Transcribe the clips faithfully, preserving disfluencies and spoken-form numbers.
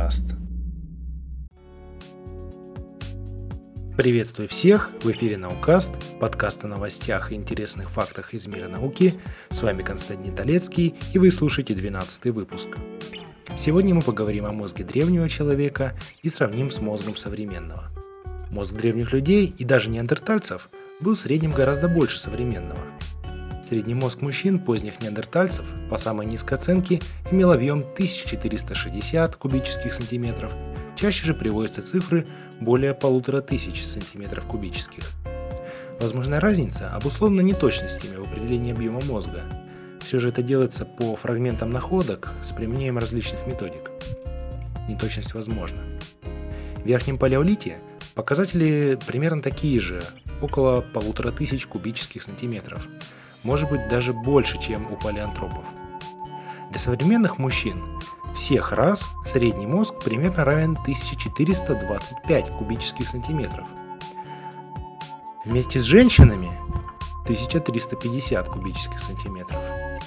Наукаст. Приветствую всех! В эфире Наукаст, подкаст о новостях и интересных фактах из мира науки. С вами Константин Толецкий, и вы слушаете двенадцатый выпуск. Сегодня мы поговорим о мозге древнего человека и сравним с мозгом современного. Мозг древних людей и даже неандертальцев был в среднем гораздо больше современного. Средний мозг мужчин поздних неандертальцев, по самой низкой оценке, имел объем тысяча четыреста шестьдесят кубических сантиметров, чаще же приводятся цифры более полутора тысяч сантиметров кубических. Возможная разница обусловлена неточностями в определении объема мозга. Все же это делается по фрагментам находок с применением различных методик. Неточность возможна. В Верхнем Палеолите показатели примерно такие же, около полутора тысяч кубических сантиметров. Может быть даже больше, чем у палеантропов. Для современных мужчин всех рас средний мозг примерно равен тысяча четыреста двадцать пять кубических сантиметров. Вместе с женщинами тысяча триста пятьдесят кубических сантиметров.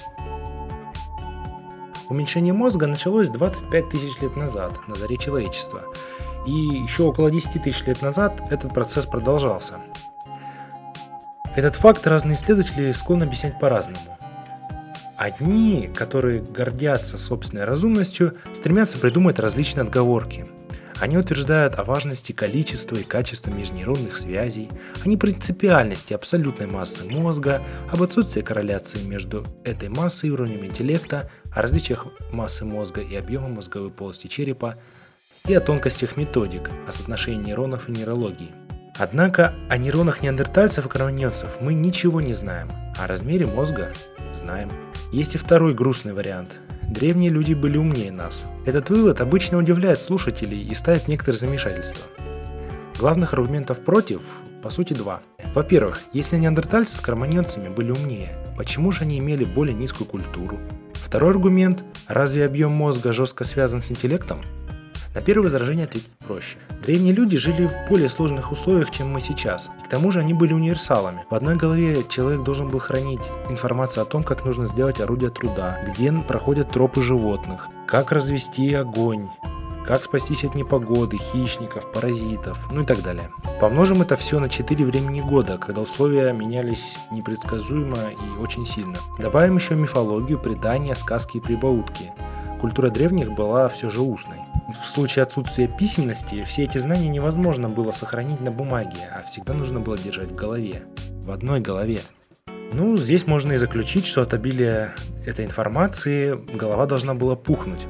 Уменьшение мозга началось двадцать пять тысяч лет назад, на заре человечества, и еще около десять тысяч лет назад этот процесс продолжался. Этот факт разные исследователи склонны объяснять по-разному. Одни, которые гордятся собственной разумностью, стремятся придумать различные отговорки. Они утверждают о важности количества и качества межнейронных связей, о непринципиальности абсолютной массы мозга, об отсутствии корреляции между этой массой и уровнем интеллекта, о различиях массы мозга и объема мозговой полости черепа и о тонкостях методик, о соотношении нейронов и нейрологии. Однако о нейронах неандертальцев и кроманьонцев мы ничего не знаем, а о размере мозга знаем. Есть и второй грустный вариант. Древние люди были умнее нас. Этот вывод обычно удивляет слушателей и ставит некоторые замешательства. Главных аргументов против, по сути, два. Во-первых, если неандертальцы с кроманьонцами были умнее, почему же они имели более низкую культуру? Второй аргумент – разве объем мозга жестко связан с интеллектом? На первое возражение ответить проще. Древние люди жили в более сложных условиях, чем мы сейчас. И к тому же они были универсалами. В одной голове человек должен был хранить информацию о том, как нужно сделать орудие труда, где проходят тропы животных, как развести огонь, как спастись от непогоды, хищников, паразитов, ну и так далее. Помножим это все на четыре времени года, когда условия менялись непредсказуемо и очень сильно. Добавим еще мифологию, предания, сказки и прибаутки. Культура древних была все же устной. В случае отсутствия письменности все эти знания невозможно было сохранить на бумаге, а всегда нужно было держать в голове. В одной голове. Ну, здесь можно и заключить, что от обилия этой информации голова должна была пухнуть.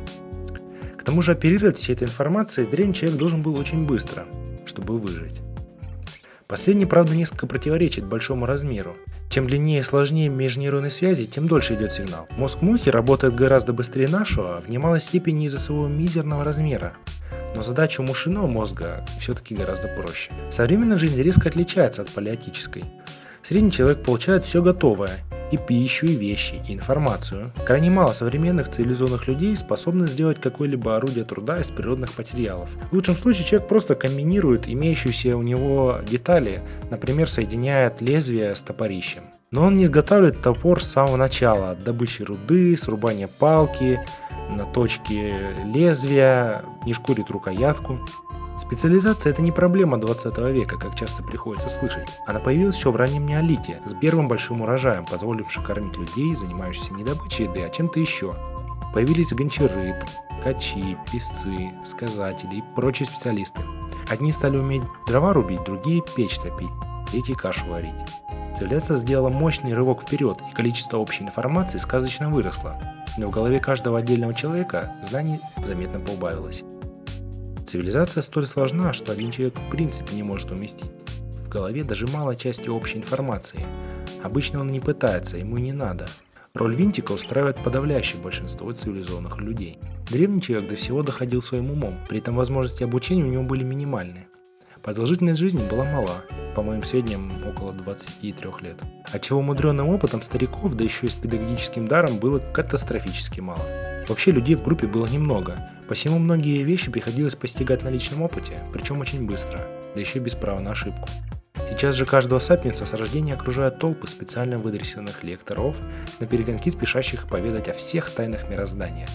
К тому же оперировать всей этой информацией древний человек должен был очень быстро, чтобы выжить. Последний, правда, несколько противоречит большому размеру. Чем длиннее и сложнее межнейронные связи, тем дольше идет сигнал. Мозг мухи работает гораздо быстрее нашего, в немалой степени из-за своего мизерного размера. Но задача у мышиного мозга все-таки гораздо проще. Современная жизнь резко отличается от палеолитической. Средний человек получает все готовое – и пищу, и вещи, и информацию. Крайне мало современных цивилизованных людей способны сделать какое-либо орудие труда из природных материалов. В лучшем случае человек просто комбинирует имеющиеся у него детали, например, соединяет лезвие с топорищем. Но он не изготавливает топор с самого начала, от добычи руды, срубания палки, наточки лезвия, не шкурит рукоятку. Специализация – это не проблема двадцатого века, как часто приходится слышать. Она появилась еще в раннем неолите, с первым большим урожаем, позволившим кормить людей, занимающихся не добычей еды, а чем-то еще. Появились гончары, ткачи, песцы, сказатели и прочие специалисты. Одни стали уметь дрова рубить, другие – печь топить, третьи – кашу варить. Цивилизация сделала мощный рывок вперед, и количество общей информации сказочно выросло. Но в голове каждого отдельного человека знаний заметно поубавилось. Цивилизация столь сложна, что один человек в принципе не может уместить в голове даже малой части общей информации. Обычно он не пытается, ему не надо. Роль винтика устраивает подавляющее большинство цивилизованных людей. Древний человек до всего доходил своим умом, при этом возможности обучения у него были минимальны. Продолжительность жизни была мала, по моим сведениям около двадцати трёх лет. Отчего мудрёным опытом стариков, да еще и с педагогическим даром, было катастрофически мало. Вообще людей в группе было немного, посему многие вещи приходилось постигать на личном опыте, причем очень быстро, да еще без права на ошибку. Сейчас же каждого сапиенса с рождения окружают толпы специально выдрессированных лекторов, на перегонки спешащих поведать о всех тайнах мироздания.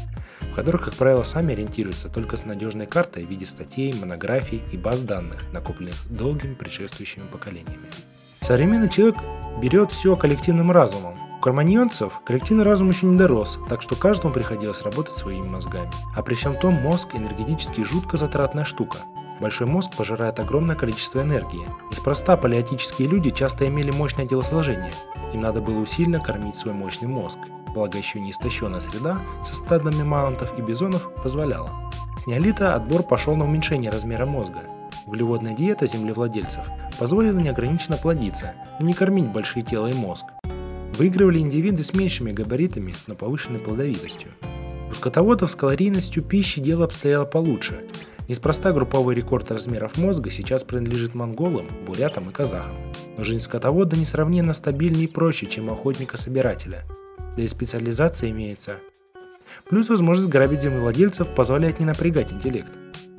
в которых, как правило, сами ориентируются только с надежной картой в виде статей, монографий и баз данных, накопленных долгими предшествующими поколениями. Современный человек берет все коллективным разумом. У кроманьонцев коллективный разум еще не дорос, так что каждому приходилось работать своими мозгами. А при всем том, мозг энергетически жутко затратная штука. Большой мозг пожирает огромное количество энергии. Неспроста палеолитические люди часто имели мощное телосложение. Им надо было усиленно кормить свой мощный мозг. Благо еще не истощенная среда со стадами мамонтов и бизонов позволяла. С неолита отбор пошел на уменьшение размера мозга. Углеводная диета землевладельцев позволила неограниченно плодиться, но не кормить большие тела и мозг. Выигрывали индивиды с меньшими габаритами, но повышенной плодовитостью. У скотоводов с калорийностью пищи дело обстояло получше. Неспроста групповой рекорд размеров мозга сейчас принадлежит монголам, бурятам и казахам. Но жизнь скотовода несравненно стабильнее и проще, чем у охотника-собирателя. Да и специализация имеется. Плюс возможность грабить землевладельцев позволяет не напрягать интеллект.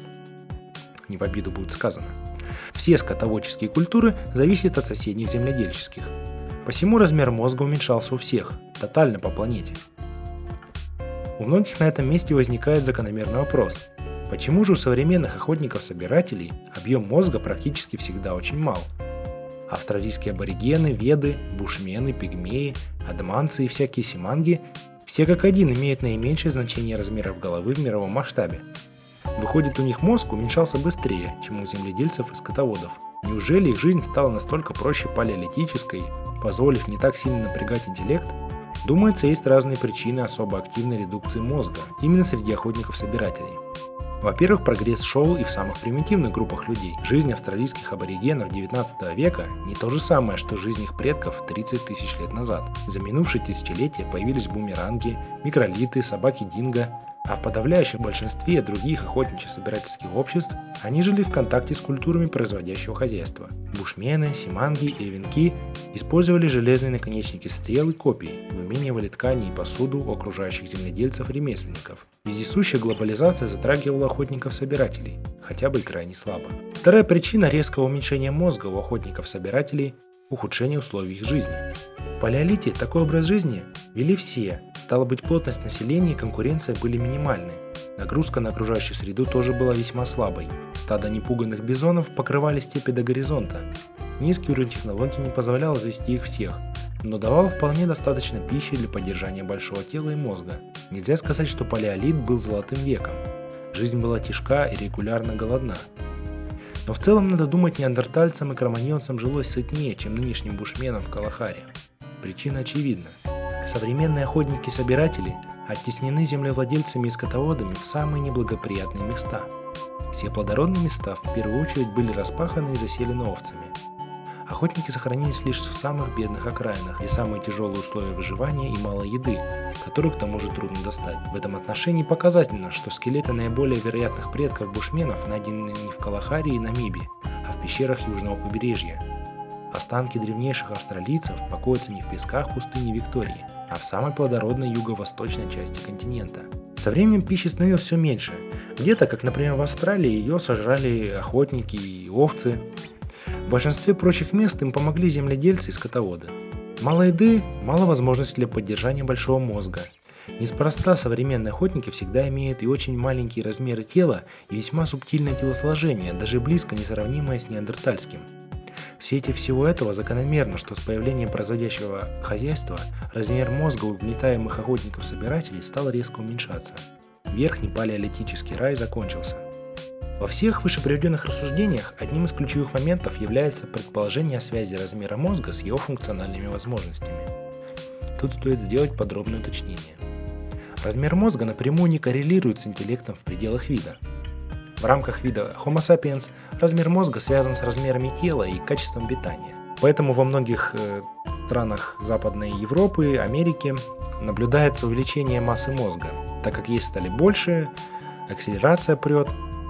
Не в обиду будет сказано. Все скотоводческие культуры зависят от соседних земледельческих. Посему размер мозга уменьшался у всех, тотально по планете. У многих на этом месте возникает закономерный вопрос. Почему же у современных охотников-собирателей объем мозга практически всегда очень мал? Австралийские аборигены, веды, бушмены, пигмеи, адаманцы и всякие симанги все как один имеют наименьшее значение размеров головы в мировом масштабе. Выходит, у них мозг уменьшался быстрее, чем у земледельцев и скотоводов. Неужели их жизнь стала настолько проще палеолитической, позволив не так сильно напрягать интеллект? Думается, есть разные причины особо активной редукции мозга именно среди охотников-собирателей. Во-первых, прогресс шел и в самых примитивных группах людей. Жизнь австралийских аборигенов девятнадцатого века не то же самое, что жизнь их предков тридцать тысяч лет назад. За минувшие тысячелетия появились бумеранги, микролиты, собаки динго, а в подавляющем большинстве других охотничьо-собирательских обществ они жили в контакте с культурами производящего хозяйства. Бушмены, симанги и эвенки использовали железные наконечники стрел и копий, выменивали ткани и посуду у окружающих земледельцев-ремесленников. Вездесущая глобализация затрагивала охотников-собирателей, хотя бы и крайне слабо. Вторая причина резкого уменьшения мозга у охотников-собирателей – ухудшение условий их жизни. В палеолите такой образ жизни вели все, стало быть, плотность населения и конкуренция были минимальны. Нагрузка на окружающую среду тоже была весьма слабой. Стадо непуганных бизонов покрывали степи до горизонта. Низкий уровень технологий не позволял завести их всех, но давал вполне достаточно пищи для поддержания большого тела и мозга. Нельзя сказать, что палеолит был золотым веком. Жизнь была тяжка и регулярно голодна. Но в целом надо думать, неандертальцам и кроманьонцам жилось сытнее, чем нынешним бушменам в Калахаре. Причина очевидна. Современные охотники-собиратели оттеснены землевладельцами и скотоводами в самые неблагоприятные места. Все плодородные места в первую очередь были распаханы и заселены овцами. Охотники сохранились лишь в самых бедных окраинах, где самые тяжелые условия выживания и мало еды, которую к тому же трудно достать. В этом отношении показательно, что скелеты наиболее вероятных предков бушменов найдены не в Калахаре и Намибии, а в пещерах южного побережья. Останки древнейших австралийцев покоятся не в песках пустыни Виктории, а в самой плодородной юго-восточной части континента. Со временем пищи становилось все меньше. Где-то, как, например, в Австралии, ее сожрали охотники и овцы. В большинстве прочих мест им помогли земледельцы и скотоводы. Мало еды, мало возможностей для поддержания большого мозга. Неспроста современные охотники всегда имеют и очень маленькие размеры тела, и весьма субтильное телосложение, даже близко несравнимое с неандертальским. В свете всего этого закономерно, что с появлением производящего хозяйства размер мозга угнетаемых охотников-собирателей стал резко уменьшаться. Верхний палеолитический рай закончился. Во всех вышеприведенных рассуждениях одним из ключевых моментов является предположение о связи размера мозга с его функциональными возможностями. Тут стоит сделать подробное уточнение. Размер мозга напрямую не коррелирует с интеллектом в пределах вида. В рамках вида Homo sapiens размер мозга связан с размерами тела и качеством питания. Поэтому во многих э, странах Западной Европы, Америки наблюдается увеличение массы мозга, так как есть стали больше, акселерация прет.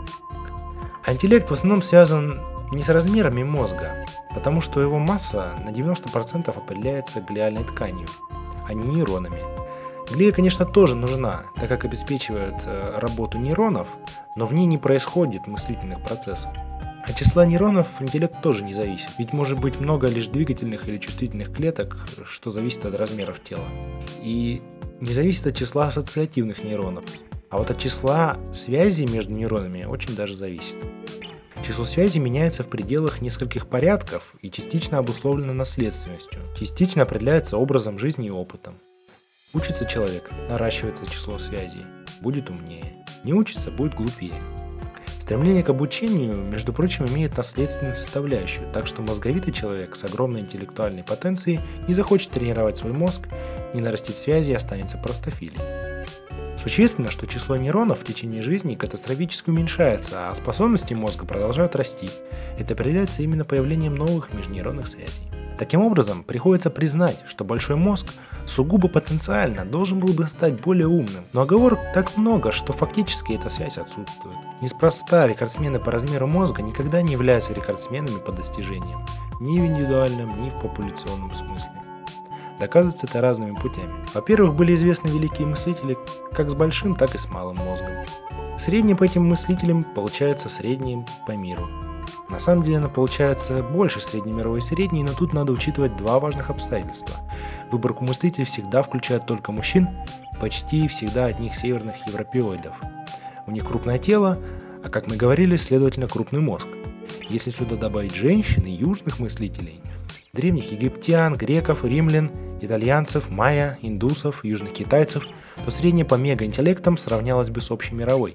А интеллект в основном связан не с размерами мозга, потому что его масса на девяносто процентов определяется глиальной тканью, а не нейронами. Глия, конечно, тоже нужна, так как обеспечивает работу нейронов, но в ней не происходит мыслительных процессов. От числа нейронов интеллект тоже не зависит, ведь может быть много лишь двигательных или чувствительных клеток, что зависит от размеров тела. И не зависит от числа ассоциативных нейронов. А вот от числа связей между нейронами очень даже зависит. Число связей меняется в пределах нескольких порядков и частично обусловлено наследственностью, частично определяется образом жизни и опытом. Учится человек, наращивается число связей, будет умнее. Не учится, будет глупее. Стремление к обучению, между прочим, имеет наследственную составляющую, так что мозговитый человек с огромной интеллектуальной потенцией не захочет тренировать свой мозг, не нарастит связи и останется простофилией. Существенно, что число нейронов в течение жизни катастрофически уменьшается, а способности мозга продолжают расти. Это определяется именно появлением новых межнейронных связей. Таким образом, приходится признать, что большой мозг сугубо потенциально должен был бы стать более умным, но оговорок так много, что фактически эта связь отсутствует. Неспроста рекордсмены по размеру мозга никогда не являются рекордсменами по достижениям, ни в индивидуальном, ни в популяционном смысле. Доказывается это разными путями. Во-первых, были известны великие мыслители как с большим, так и с малым мозгом. Средний по этим мыслителям получается средним по миру. На самом деле она получается больше среднемировой средней, но тут надо учитывать два важных обстоятельства. В выборку мыслителей всегда включают только мужчин, почти всегда одних северных европеоидов. У них крупное тело, а как мы говорили, следовательно крупный мозг. Если сюда добавить женщин и южных мыслителей, древних египтян, греков, римлян, итальянцев, майя, индусов, южных китайцев, то средняя по мегаинтеллектам сравнялась бы с общемировой.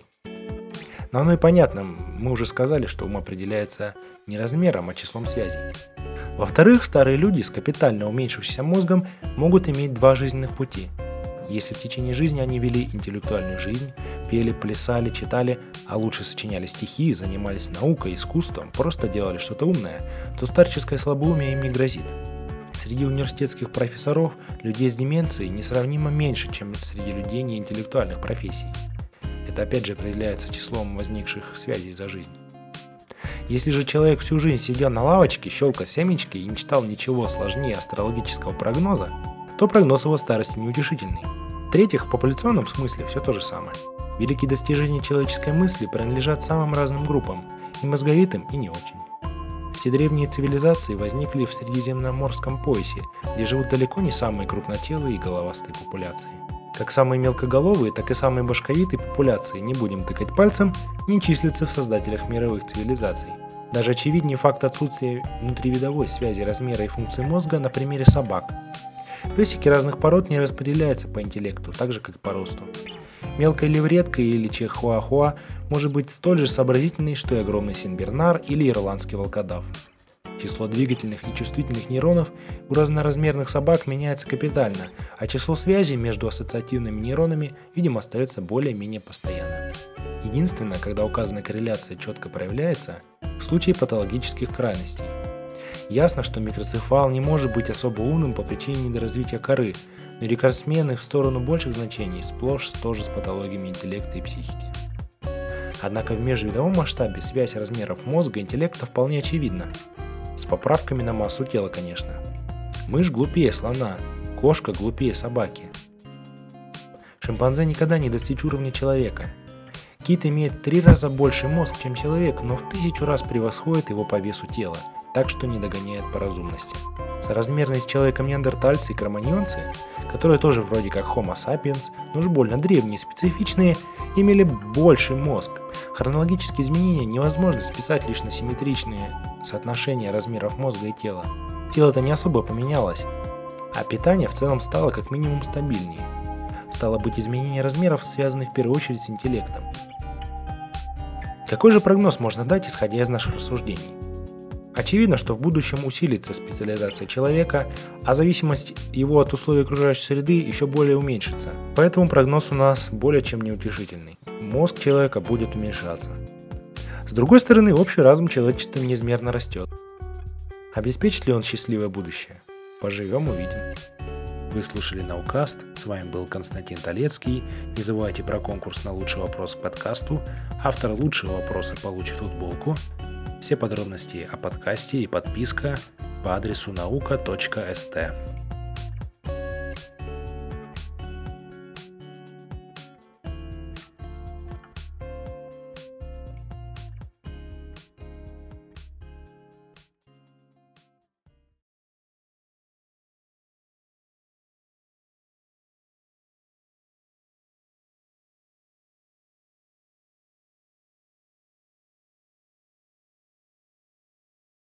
Но оно и понятно, мы уже сказали, что ум определяется не размером, а числом связей. Во-вторых, старые люди с капитально уменьшившимся мозгом могут иметь два жизненных пути. Если в течение жизни они вели интеллектуальную жизнь, пели, плясали, читали, а лучше сочиняли стихи, занимались наукой, искусством, просто делали что-то умное, то старческое слабоумие им не грозит. Среди университетских профессоров людей с деменцией несравнимо меньше, чем среди людей неинтеллектуальных профессий. Это опять же определяется числом возникших связей за жизнь. Если же человек всю жизнь сидел на лавочке, щелкал семечки и не читал ничего сложнее астрологического прогноза, то прогноз его старости неутешительный. В-третьих, в популяционном смысле все то же самое. Великие достижения человеческой мысли принадлежат самым разным группам, и мозговитым, и не очень. Все древние цивилизации возникли в Средиземноморском поясе, где живут далеко не самые крупнотелые и головастые популяции. Как самые мелкоголовые, так и самые башковитые популяции, не будем тыкать пальцем, не числятся в создателях мировых цивилизаций. Даже очевиднее факт отсутствия внутривидовой связи размера и функции мозга на примере собак. Песики разных пород не распределяются по интеллекту, так же как и по росту. Мелкая левретка или чихуахуа может быть столь же сообразительной, что и огромный сенбернар или ирландский волкодав. Число двигательных и чувствительных нейронов у разноразмерных собак меняется капитально, а число связей между ассоциативными нейронами, видимо, остается более-менее постоянным. Единственное, когда указанная корреляция четко проявляется, в случае патологических крайностей. Ясно, что микроцефал не может быть особо умным по причине недоразвития коры, но рекордсмены в сторону больших значений сплошь тоже с патологиями интеллекта и психики. Однако в межвидовом масштабе связь размеров мозга и интеллекта вполне очевидна. С поправками на массу тела, конечно. Мышь глупее слона, кошка глупее собаки. Шимпанзе никогда не достичь уровня человека. Кит имеет в три раза больше мозг, чем человек, но в тысячу раз превосходит его по весу тела, так что не догоняет по разумности. Соразмерные с человеком неандертальцы и кроманьонцы, которые тоже вроде как Homo sapiens, но уж больно древние и специфичные, имели больший мозг. Хронологические изменения невозможно списать лишь на симметричные соотношения размеров мозга и тела. Тело-то не особо поменялось, а питание в целом стало как минимум стабильнее. Стало быть, изменения размеров связаны в первую очередь с интеллектом. Какой же прогноз можно дать, исходя из наших рассуждений? Очевидно, что в будущем усилится специализация человека, а зависимость его от условий окружающей среды еще более уменьшится. Поэтому прогноз у нас более чем неутешительный. Мозг человека будет уменьшаться. С другой стороны, общий разум человечества неизмерно растет. Обеспечит ли он счастливое будущее? Поживем, увидим. Вы слушали Наукаст, с вами был Константин Толецкий. Не забывайте про конкурс на лучший вопрос к подкасту. Автор лучшего вопроса получит футболку. Все подробности о подкасте и подписка по адресу наука точка эс тэ.